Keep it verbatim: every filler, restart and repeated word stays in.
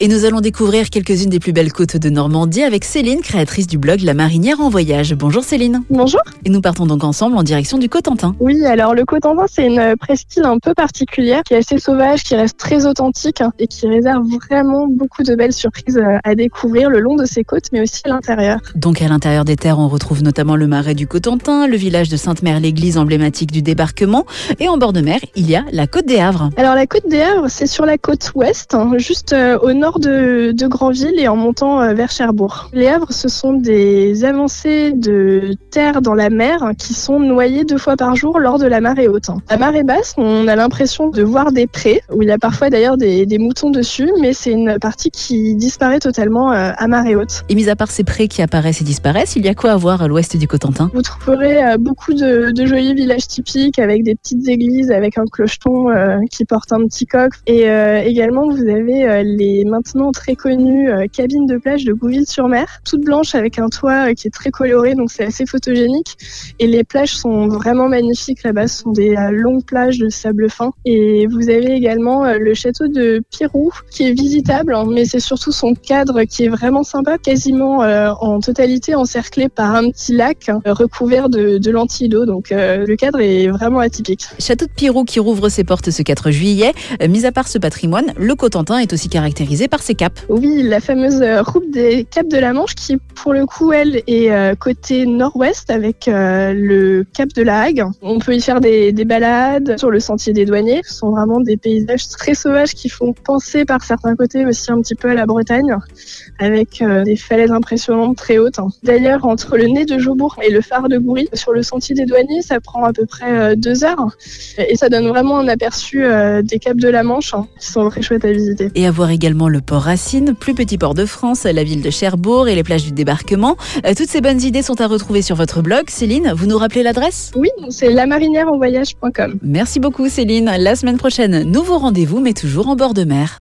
Et nous allons découvrir quelques-unes des plus belles côtes de Normandie avec Céline, créatrice du blog La Marinière en voyage. Bonjour Céline. Bonjour. Et nous partons donc ensemble en direction du Cotentin. Oui, alors le Cotentin, c'est une presqu'île un peu particulière, qui est assez sauvage, qui reste très authentique et qui réserve vraiment beaucoup de belles surprises à découvrir le long de ses côtes, mais aussi à l'intérieur. Donc à l'intérieur des terres, on retrouve notamment le marais du Cotentin, le village de Sainte-Mère, l'église emblématique du débarquement. Et en bord de mer, il y a la côte des Havres. Alors la côte des Havres, c'est sur la côte ouest, hein, juste euh, au nord de, de Granville et en montant euh, vers Cherbourg. Les Havres, ce sont des avancées de terre dans la mer hein, qui sont noyées deux fois par jour lors de la marée haute. À marée basse, on a l'impression de voir des prés, où il y a parfois d'ailleurs des, des moutons dessus, mais c'est une partie qui disparaît totalement euh, à marée haute. Et mis à part ces prés qui apparaissent et disparaissent, il y a quoi à voir à l'ouest du Cotentin? Vous trouverez euh, beaucoup de, de jolis villages typiques avec des petites églises, avec un clocheton euh, qui porte un petit coq. Et euh, également, vous avez euh, les maintenant très connues euh, cabines de plage de Gouville-sur-Mer, toutes blanches avec un toit euh, qui est très coloré, donc c'est assez photogénique. Et les plages sont vraiment magnifiques là-bas, ce sont des euh, longues plages de sable fin. Et vous avez également euh, le château de Pirou qui est visitable, hein, mais c'est surtout son cadre qui est vraiment sympa, quasiment euh, en totalité encerclé par un petit lac hein, recouvert de, de lentilles d'eau. Donc euh, le cadre est vraiment atypique. Château de Pirou qui rouvre ses portes ce quatre juillet. Euh, mis à part ce patrimoine, le Cotentin est aussi caractérisé par ses capes. Oui, la fameuse route des Caps de la Manche qui, pour le coup, elle, est euh, côté nord-ouest avec euh, le Cap de la Hague. On peut y faire des, des balades sur le sentier des douaniers. Ce sont vraiment des paysages très sauvages qui font penser par certains côtés aussi un petit peu à la Bretagne, avec euh, des falaises impressionnantes très hautes. D'ailleurs, entre le nez de Jaubourg et le phare de Goury, sur le sentier des douaniers, ça prend à peu près euh, deux heures. Et ça donne vraiment un aperçu euh, des Caps de la Manche, hein, qui sont très chouettes à visiter. Et à voir également le port Racine, plus petit port de France, la ville de Cherbourg et les plages du débarquement. Euh, toutes ces bonnes idées sont à retrouver sur votre blog. Céline, vous nous rappelez l'adresse? Oui, c'est la marinière en voyage point com. Merci beaucoup Céline. La semaine prochaine, nouveau rendez-vous, mais toujours en bord de mer.